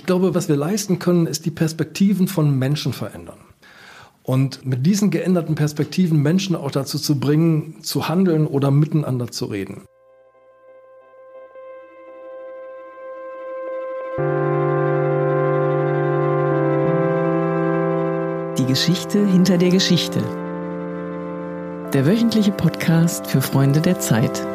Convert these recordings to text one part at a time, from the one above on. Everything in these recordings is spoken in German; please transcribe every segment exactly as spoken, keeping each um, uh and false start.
Ich glaube, was wir leisten können, ist die Perspektiven von Menschen verändern. Und mit diesen geänderten Perspektiven Menschen auch dazu zu bringen, zu handeln oder miteinander zu reden. Die Geschichte hinter der Geschichte. Der wöchentliche Podcast für Freunde der Zeit.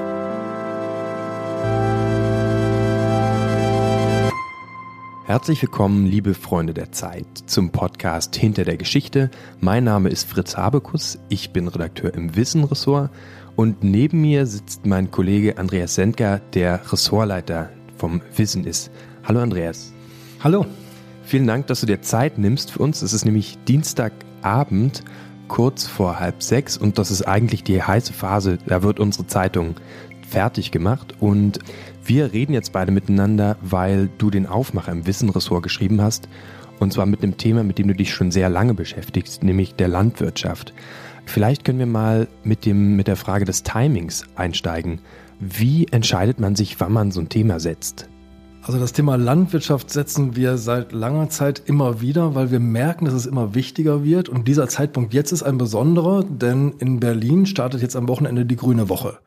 Herzlich willkommen, liebe Freunde der Zeit, zum Podcast Hinter der Geschichte. Mein Name ist Fritz Habekus, ich bin Redakteur im Wissen-Ressort und neben mir sitzt mein Kollege Andreas Sendker, der Ressortleiter vom Wissen ist. Hallo Andreas. Hallo. Vielen Dank, dass du dir Zeit nimmst für uns. Es ist nämlich Dienstagabend, kurz vor halb sechs und das ist eigentlich die heiße Phase. Da wird unsere Zeitung fertig gemacht und wir reden jetzt beide miteinander, weil du den Aufmacher im Wissen-Ressort geschrieben hast und zwar mit einem Thema, mit dem du dich schon sehr lange beschäftigst, nämlich der Landwirtschaft. Vielleicht können wir mal mit dem, mit der Frage des Timings einsteigen. Wie entscheidet man sich, wann man so ein Thema setzt? Also das Thema Landwirtschaft setzen wir seit langer Zeit immer wieder, weil wir merken, dass es immer wichtiger wird. Und dieser Zeitpunkt jetzt ist ein besonderer, denn in Berlin startet jetzt am Wochenende die Grüne Woche.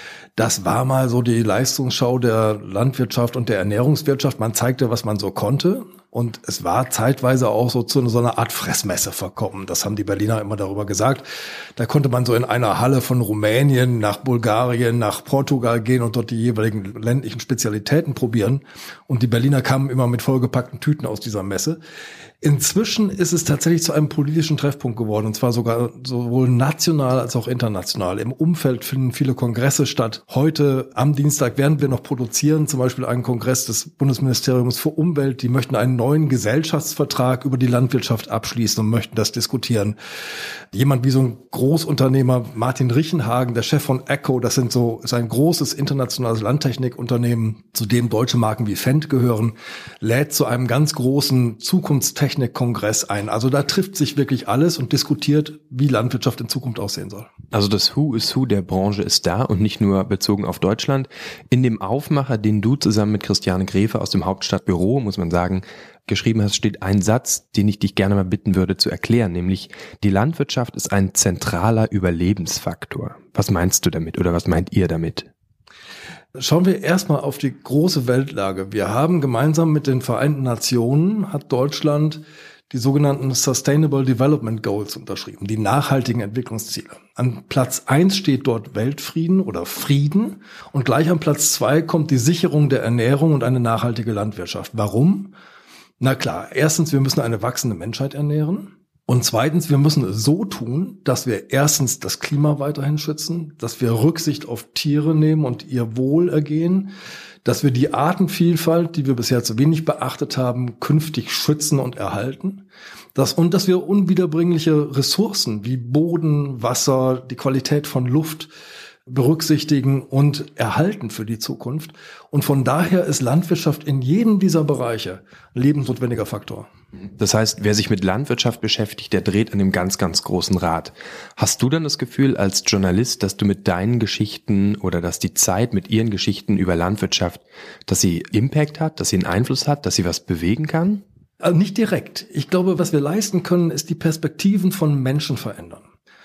Das war mal so die Leistungsschau der Landwirtschaft und der Ernährungswirtschaft. Man zeigte, was man so konnte. Und es war zeitweise auch so zu so einer Art Fressmesse verkommen. Das haben die Berliner immer darüber gesagt. Da konnte man so in einer Halle von Rumänien nach Bulgarien, nach Portugal gehen und dort die jeweiligen ländlichen Spezialitäten probieren. Und die Berliner kamen immer mit vollgepackten Tüten aus dieser Messe. Inzwischen ist es tatsächlich zu einem politischen Treffpunkt geworden, und zwar sogar sowohl national als auch international. Im Umfeld finden viele Kongresse statt. Heute am Dienstag werden wir noch produzieren, zum Beispiel einen Kongress des Bundesministeriums für Umwelt. Die möchten einen neuen Gesellschaftsvertrag über die Landwirtschaft abschließen und möchten das diskutieren. Jemand wie so ein Großunternehmer, Martin Richenhagen, der Chef von Echo, das sind so, ist ein großes internationales Landtechnikunternehmen, zu dem deutsche Marken wie Fendt gehören, lädt zu einem ganz großen Zukunftstechnik-Kongress ein. Also da trifft sich wirklich alles und diskutiert, wie Landwirtschaft in Zukunft aussehen soll. Also das Who is Who der Branche ist da und nicht nur bezogen auf Deutschland. In dem Aufmacher, den du zusammen mit Christiane Grefe aus dem Hauptstadtbüro, muss man sagen, geschrieben hast, steht ein Satz, den ich dich gerne mal bitten würde zu erklären, nämlich die Landwirtschaft ist ein zentraler Überlebensfaktor. Was meinst du damit oder was meint ihr damit? Schauen wir erstmal auf die große Weltlage. Wir haben gemeinsam mit den Vereinten Nationen, hat Deutschland die sogenannten Sustainable Development Goals unterschrieben, die nachhaltigen Entwicklungsziele. An Platz eins steht dort Weltfrieden oder Frieden und gleich an Platz zwei kommt die Sicherung der Ernährung und eine nachhaltige Landwirtschaft. Warum? Na klar, erstens, wir müssen eine wachsende Menschheit ernähren. Und zweitens, wir müssen es so tun, dass wir erstens das Klima weiterhin schützen, dass wir Rücksicht auf Tiere nehmen und ihr Wohlergehen, dass wir die Artenvielfalt, die wir bisher zu wenig beachtet haben, künftig schützen und erhalten. Das, und dass wir unwiederbringliche Ressourcen wie Boden, Wasser, die Qualität von Luft berücksichtigen und erhalten für die Zukunft. Und von daher ist Landwirtschaft in jedem dieser Bereiche ein lebensnotwendiger Faktor. Das heißt, wer sich mit Landwirtschaft beschäftigt, der dreht an dem ganz, ganz großen Rad. Hast du dann das Gefühl als Journalist, dass du mit deinen Geschichten oder dass die Zeit mit ihren Geschichten über Landwirtschaft, dass sie Impact hat, dass sie einen Einfluss hat, dass sie was bewegen kann? Also nicht direkt. Ich glaube, was wir leisten können, ist die Perspektiven von Menschen verändern.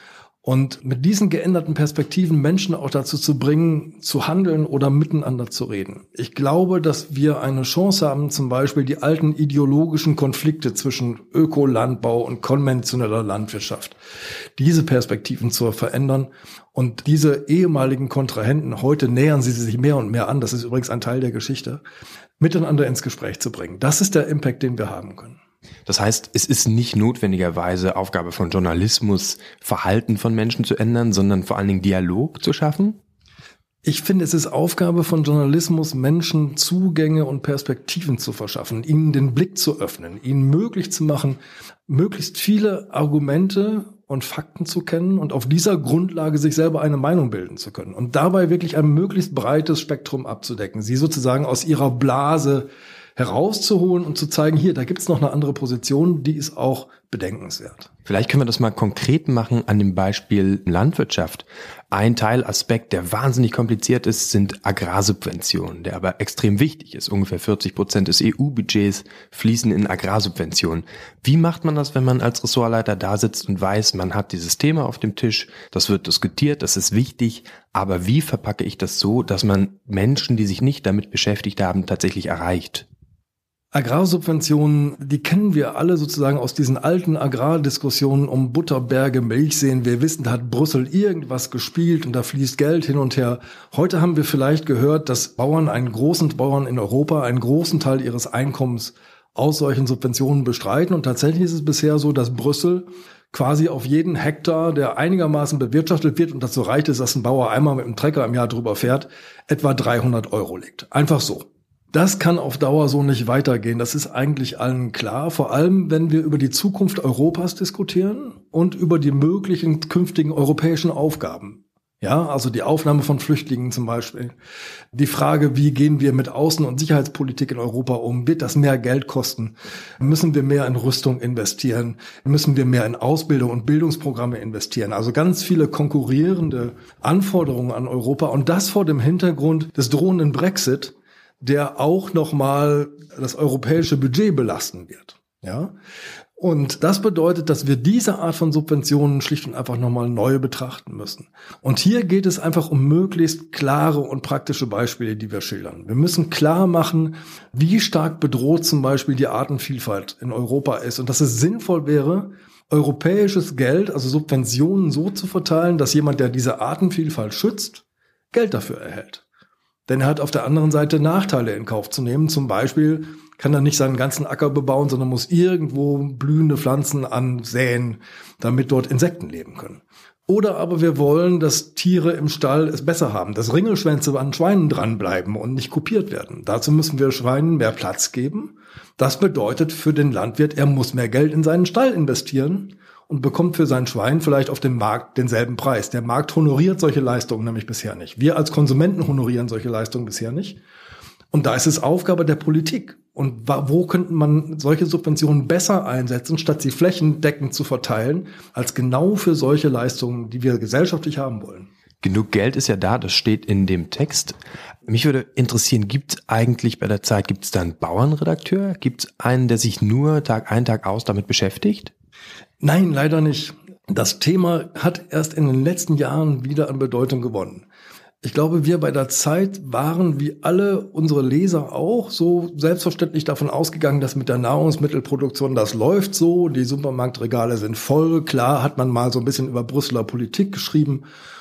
Und mit diesen geänderten Perspektiven Menschen auch dazu zu bringen, zu handeln oder miteinander zu reden. Ich glaube, dass wir eine Chance haben, zum Beispiel die alten ideologischen Konflikte zwischen Ökolandbau und konventioneller Landwirtschaft, diese Perspektiven zu verändern. Und diese ehemaligen Kontrahenten, heute nähern sie sich mehr und mehr an, das ist übrigens ein Teil der Geschichte, miteinander ins Gespräch zu bringen. Das ist der Impact, den wir haben können. Das heißt, es ist nicht notwendigerweise Aufgabe von Journalismus, Verhalten von Menschen zu ändern, sondern vor allen Dingen Dialog zu schaffen? Ich finde, es ist Aufgabe von Journalismus, Menschen Zugänge und Perspektiven zu verschaffen, ihnen den Blick zu öffnen, ihnen möglich zu machen, möglichst viele Argumente und Fakten zu kennen und auf dieser Grundlage sich selber eine Meinung bilden zu können und dabei wirklich ein möglichst breites Spektrum abzudecken, sie sozusagen aus ihrer Blase herauszuholen und zu zeigen, hier, da gibt's noch eine andere Position, die ist auch bedenkenswert. Vielleicht können wir das mal konkret machen an dem Beispiel Landwirtschaft. Ein Teilaspekt, der wahnsinnig kompliziert ist, sind Agrarsubventionen, der aber extrem wichtig ist. Ungefähr vierzig Prozent des E U-Budgets fließen in Agrarsubventionen. Wie macht man das, wenn man als Ressortleiter da sitzt und weiß, man hat dieses Thema auf dem Tisch, das wird diskutiert, das ist wichtig, aber wie verpacke ich das so, dass man Menschen, die sich nicht damit beschäftigt haben, tatsächlich erreicht? Agrarsubventionen, die kennen wir alle sozusagen aus diesen alten Agrardiskussionen um Butterberge, Milchseen. Wir wissen, da hat Brüssel irgendwas gespielt und da fließt Geld hin und her. Heute haben wir vielleicht gehört, dass Bauern, einen großen Bauern in Europa, einen großen Teil ihres Einkommens aus solchen Subventionen bestreiten. Und tatsächlich ist es bisher so, dass Brüssel quasi auf jeden Hektar, der einigermaßen bewirtschaftet wird und dazu reicht es, dass ein Bauer einmal mit dem Trecker im Jahr drüber fährt, etwa dreihundert Euro legt. Einfach so. Das kann auf Dauer so nicht weitergehen. Das ist eigentlich allen klar. Vor allem, wenn wir über die Zukunft Europas diskutieren und über die möglichen künftigen europäischen Aufgaben. Ja, also die Aufnahme von Flüchtlingen zum Beispiel. Die Frage, wie gehen wir mit Außen- und Sicherheitspolitik in Europa um? Wird das mehr Geld kosten? Müssen wir mehr in Rüstung investieren? Müssen wir mehr in Ausbildung und Bildungsprogramme investieren? Also ganz viele konkurrierende Anforderungen an Europa. Und das vor dem Hintergrund des drohenden Brexit, der auch nochmal das europäische Budget belasten wird. Ja? Und das bedeutet, dass wir diese Art von Subventionen schlicht und einfach nochmal neu betrachten müssen. Und hier geht es einfach um möglichst klare und praktische Beispiele, die wir schildern. Wir müssen klar machen, wie stark bedroht zum Beispiel die Artenvielfalt in Europa ist und dass es sinnvoll wäre, europäisches Geld, also Subventionen so zu verteilen, dass jemand, der diese Artenvielfalt schützt, Geld dafür erhält. Denn er hat auf der anderen Seite Nachteile in Kauf zu nehmen. Zum Beispiel kann er nicht seinen ganzen Acker bebauen, sondern muss irgendwo blühende Pflanzen ansäen, damit dort Insekten leben können. Oder aber wir wollen, dass Tiere im Stall es besser haben, dass Ringelschwänze an Schweinen dranbleiben und nicht kopiert werden. Dazu müssen wir Schweinen mehr Platz geben. Das bedeutet für den Landwirt, er muss mehr Geld in seinen Stall investieren und bekommt für sein Schwein vielleicht auf dem Markt denselben Preis. Der Markt honoriert solche Leistungen nämlich bisher nicht. Wir als Konsumenten honorieren solche Leistungen bisher nicht. Und da ist es Aufgabe der Politik. Und wo könnte man solche Subventionen besser einsetzen, statt sie flächendeckend zu verteilen, als genau für solche Leistungen, die wir gesellschaftlich haben wollen? Genug Geld ist ja da, das steht in dem Text. Mich würde interessieren, gibt es eigentlich bei der Zeit, gibt es da einen Bauernredakteur? Gibt es einen, der sich nur Tag ein, Tag aus damit beschäftigt? Nein, leider nicht. Das Thema hat erst in den letzten Jahren wieder an Bedeutung gewonnen. Ich glaube, wir bei der Zeit waren, wie alle unsere Leser auch, so selbstverständlich davon ausgegangen, dass mit der Nahrungsmittelproduktion das läuft so, die Supermarktregale sind voll. Klar hat man mal so ein bisschen über Brüsseler Politik geschrieben,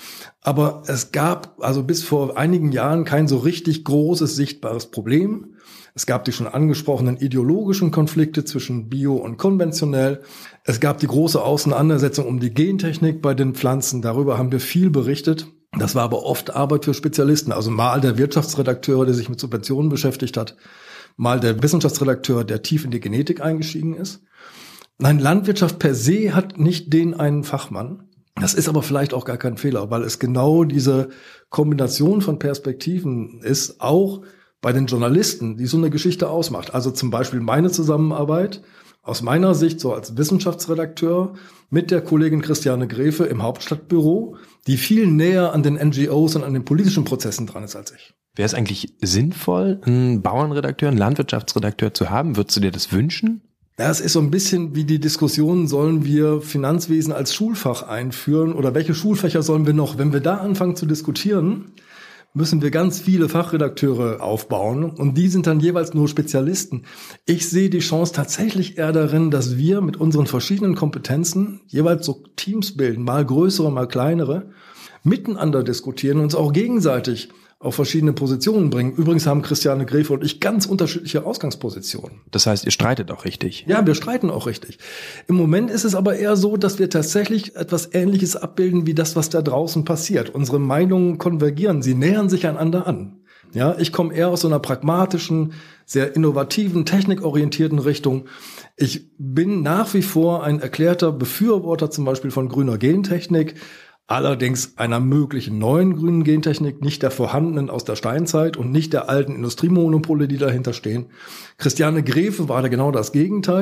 aber es gab also bis vor einigen Jahren kein so richtig großes, sichtbares Problem. Es gab die schon angesprochenen ideologischen Konflikte zwischen Bio und konventionell. Es gab die große Auseinandersetzung um die Gentechnik bei den Pflanzen. Darüber haben wir viel berichtet. Das war aber oft Arbeit für Spezialisten. Also mal der Wirtschaftsredakteur, der sich mit Subventionen beschäftigt hat, mal der Wissenschaftsredakteur, der tief in die Genetik eingestiegen ist. Nein, Landwirtschaft per se hat nicht den einen Fachmann. Das ist aber vielleicht auch gar kein Fehler, weil es genau diese Kombination von Perspektiven ist, auch bei den Journalisten, die so eine Geschichte ausmacht. Also zum Beispiel meine Zusammenarbeit aus meiner Sicht so als Wissenschaftsredakteur mit der Kollegin Christiane Grefe im Hauptstadtbüro, die viel näher an den N G Os und an den politischen Prozessen dran ist als ich. Wäre es eigentlich sinnvoll, einen Bauernredakteur, einen Landwirtschaftsredakteur zu haben? Würdest du dir das wünschen? Ja, es ist so ein bisschen wie die Diskussion, sollen wir Finanzwesen als Schulfach einführen oder welche Schulfächer sollen wir noch? Wenn wir da anfangen zu diskutieren, müssen wir ganz viele Fachredakteure aufbauen und die sind dann jeweils nur Spezialisten. Ich sehe die Chance tatsächlich eher darin, dass wir mit unseren verschiedenen Kompetenzen jeweils so Teams bilden, mal größere, mal kleinere, miteinander diskutieren, uns auch gegenseitig auf verschiedene Positionen bringen. Übrigens haben Christiane Grefe und ich ganz unterschiedliche Ausgangspositionen. Das heißt, ihr streitet auch richtig? Ja, wir streiten auch richtig. Im Moment ist es aber eher so, dass wir tatsächlich etwas Ähnliches abbilden wie das, was da draußen passiert. Unsere Meinungen konvergieren, sie nähern sich einander an. Ja, ich komme eher aus so einer pragmatischen, sehr innovativen, technikorientierten Richtung. Ich bin nach wie vor ein erklärter Befürworter zum Beispiel von grüner Gentechnik, allerdings einer möglichen neuen grünen Gentechnik, nicht der vorhandenen aus der Steinzeit und nicht der alten Industriemonopole, die dahinter stehen. Christiane Grefe war da genau das Gegenteil.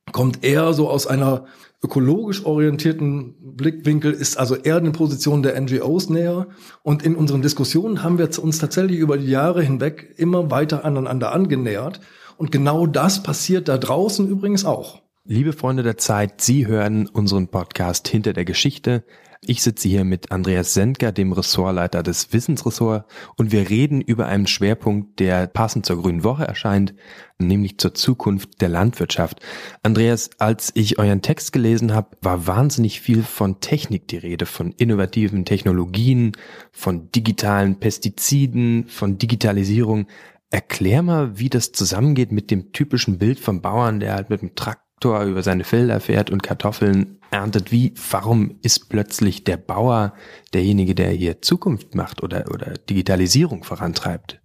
kommt eher so aus einer ökologisch orientierten Blickwinkel, ist also eher den Positionen der N G Os näher. Und in unseren Diskussionen haben wir uns tatsächlich über die Jahre hinweg immer weiter aneinander angenähert. Und genau das passiert da draußen übrigens auch. Liebe Freunde der Zeit, Sie hören unseren Podcast Hinter der Geschichte. Ich sitze hier mit Andreas Sendker, dem Ressortleiter des Wissensressorts, und wir reden über einen Schwerpunkt, der passend zur Grünen Woche erscheint, nämlich zur Zukunft der Landwirtschaft. Andreas, als ich euren Text gelesen habe, war wahnsinnig viel von Technik die Rede, von innovativen Technologien, von digitalen Pestiziden, von Digitalisierung. Erklär mal, wie das zusammengeht mit dem typischen Bild vom Bauern, der halt mit dem Traktor über seine Felder fährt und Kartoffeln erntet. Wie, warum ist plötzlich der Bauer derjenige, der hier Zukunft macht oder, oder Digitalisierung vorantreibt?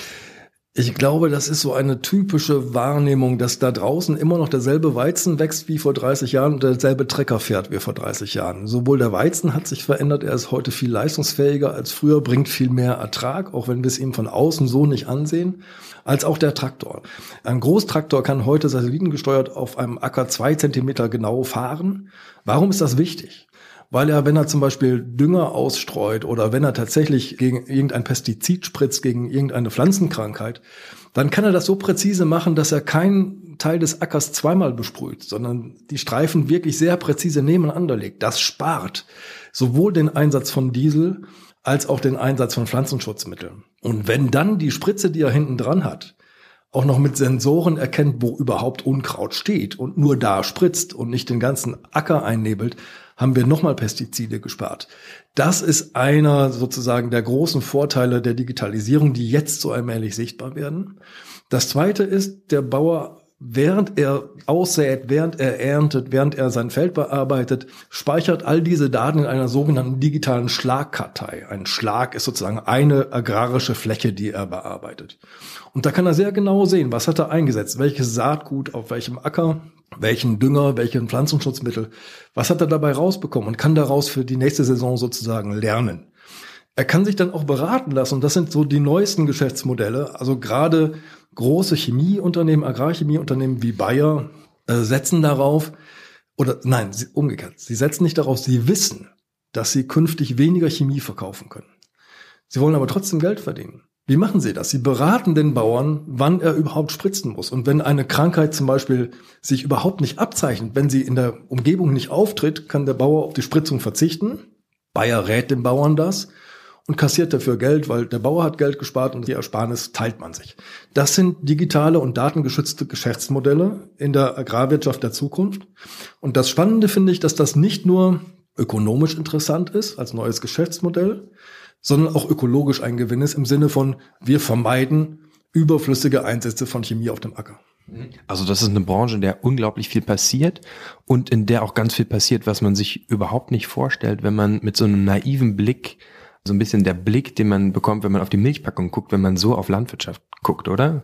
Ich glaube, das ist so eine typische Wahrnehmung, dass da draußen immer noch derselbe Weizen wächst wie vor dreißig Jahren und derselbe Trecker fährt wie vor dreißig Jahren. Sowohl der Weizen hat sich verändert, er ist heute viel leistungsfähiger als früher, bringt viel mehr Ertrag, auch wenn wir es ihm von außen so nicht ansehen, als auch der Traktor. Ein Großtraktor kann heute satellitengesteuert auf einem Acker zwei Zentimeter genau fahren. Warum ist das wichtig? Weil er, wenn er zum Beispiel Dünger ausstreut oder wenn er tatsächlich gegen irgendein Pestizid spritzt, gegen irgendeine Pflanzenkrankheit, dann kann er das so präzise machen, dass er keinen Teil des Ackers zweimal besprüht, sondern die Streifen wirklich sehr präzise nebeneinander legt. Das spart sowohl den Einsatz von Diesel als auch den Einsatz von Pflanzenschutzmitteln. Und wenn dann die Spritze, die er hinten dran hat, auch noch mit Sensoren erkennt, wo überhaupt Unkraut steht und nur da spritzt und nicht den ganzen Acker einnebelt, haben wir nochmal Pestizide gespart. Das ist einer sozusagen der großen Vorteile der Digitalisierung, die jetzt so allmählich sichtbar werden. Das zweite ist, der Bauer, während er aussät, während er erntet, während er sein Feld bearbeitet, speichert all diese Daten in einer sogenannten digitalen Schlagkartei. Ein Schlag ist sozusagen eine agrarische Fläche, die er bearbeitet. Und da kann er sehr genau sehen, was hat er eingesetzt, welches Saatgut auf welchem Acker, welchen Dünger, welchen Pflanzenschutzmittel, was hat er dabei rausbekommen und kann daraus für die nächste Saison sozusagen lernen. Er kann sich dann auch beraten lassen, und das sind so die neuesten Geschäftsmodelle, also gerade große Chemieunternehmen, Agrarchemieunternehmen wie Bayer äh, setzen darauf, oder nein, sie, umgekehrt, sie setzen nicht darauf, sie wissen, dass sie künftig weniger Chemie verkaufen können. Sie wollen aber trotzdem Geld verdienen. Wie machen sie das? Sie beraten den Bauern, wann er überhaupt spritzen muss. Und wenn eine Krankheit zum Beispiel sich überhaupt nicht abzeichnet, wenn sie in der Umgebung nicht auftritt, kann der Bauer auf die Spritzung verzichten. Bayer rät dem Bauern das und kassiert dafür Geld, weil der Bauer hat Geld gespart und die Ersparnis teilt man sich. Das sind digitale und datengeschützte Geschäftsmodelle in der Agrarwirtschaft der Zukunft. Und das Spannende finde ich, dass das nicht nur ökonomisch interessant ist als neues Geschäftsmodell, sondern auch ökologisch ein Gewinn ist im Sinne von, wir vermeiden überflüssige Einsätze von Chemie auf dem Acker. Also das ist eine Branche, in der unglaublich viel passiert und in der auch ganz viel passiert, was man sich überhaupt nicht vorstellt, wenn man mit so einem naiven Blick, so ein bisschen der Blick, den man bekommt, wenn man auf die Milchpackung guckt, wenn man so auf Landwirtschaft guckt, oder?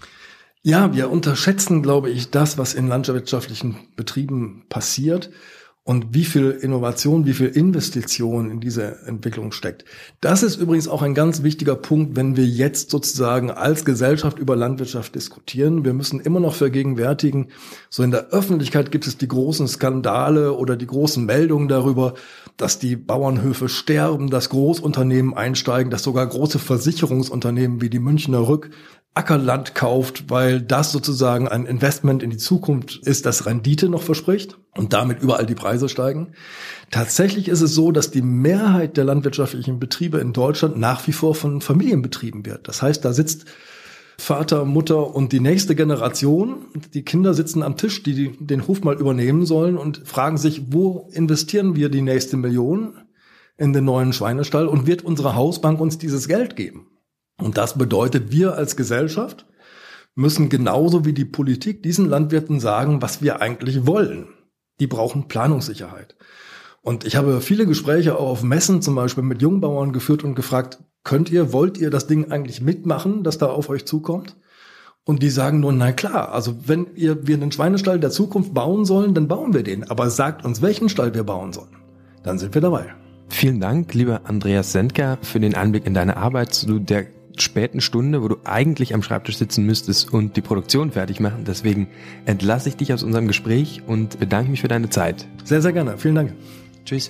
Ja, wir unterschätzen, glaube ich, das, was in landwirtschaftlichen Betrieben passiert. Und wie viel Innovation, wie viel Investition in diese Entwicklung steckt. Das ist übrigens auch ein ganz wichtiger Punkt, wenn wir jetzt sozusagen als Gesellschaft über Landwirtschaft diskutieren. Wir müssen immer noch vergegenwärtigen, so in der Öffentlichkeit gibt es die großen Skandale oder die großen Meldungen darüber, dass die Bauernhöfe sterben, dass Großunternehmen einsteigen, dass sogar große Versicherungsunternehmen wie die Münchner Rück Ackerland kauft, weil das sozusagen ein Investment in die Zukunft ist, das Rendite noch verspricht und damit überall die Preise steigen. Tatsächlich ist es so, dass die Mehrheit der landwirtschaftlichen Betriebe in Deutschland nach wie vor von Familien betrieben wird. Das heißt, da sitzt Vater, Mutter und die nächste Generation. Die Kinder sitzen am Tisch, die den Hof mal übernehmen sollen und fragen sich, wo investieren wir die nächste Million in den neuen Schweinestall und wird unsere Hausbank uns dieses Geld geben? Und das bedeutet, wir als Gesellschaft müssen genauso wie die Politik diesen Landwirten sagen, was wir eigentlich wollen. Die brauchen Planungssicherheit. Und ich habe viele Gespräche auch auf Messen zum Beispiel mit Jungbauern geführt und gefragt, könnt ihr, wollt ihr das Ding eigentlich mitmachen, das da auf euch zukommt? Und die sagen nur, na klar, also wenn ihr, wir den Schweinestall der Zukunft bauen sollen, dann bauen wir den. Aber sagt uns, welchen Stall wir bauen sollen. Dann sind wir dabei. Vielen Dank, lieber Andreas Sendker, für den Einblick in deine Arbeit zu der späten Stunde, wo du eigentlich am Schreibtisch sitzen müsstest und die Produktion fertig machen. Deswegen entlasse ich dich aus unserem Gespräch und bedanke mich für deine Zeit. Sehr, sehr gerne. Vielen Dank. Tschüss.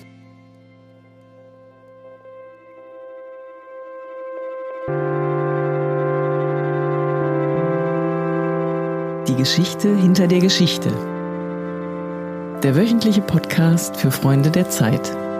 Die Geschichte hinter der Geschichte. Der wöchentliche Podcast für Freunde der Zeit.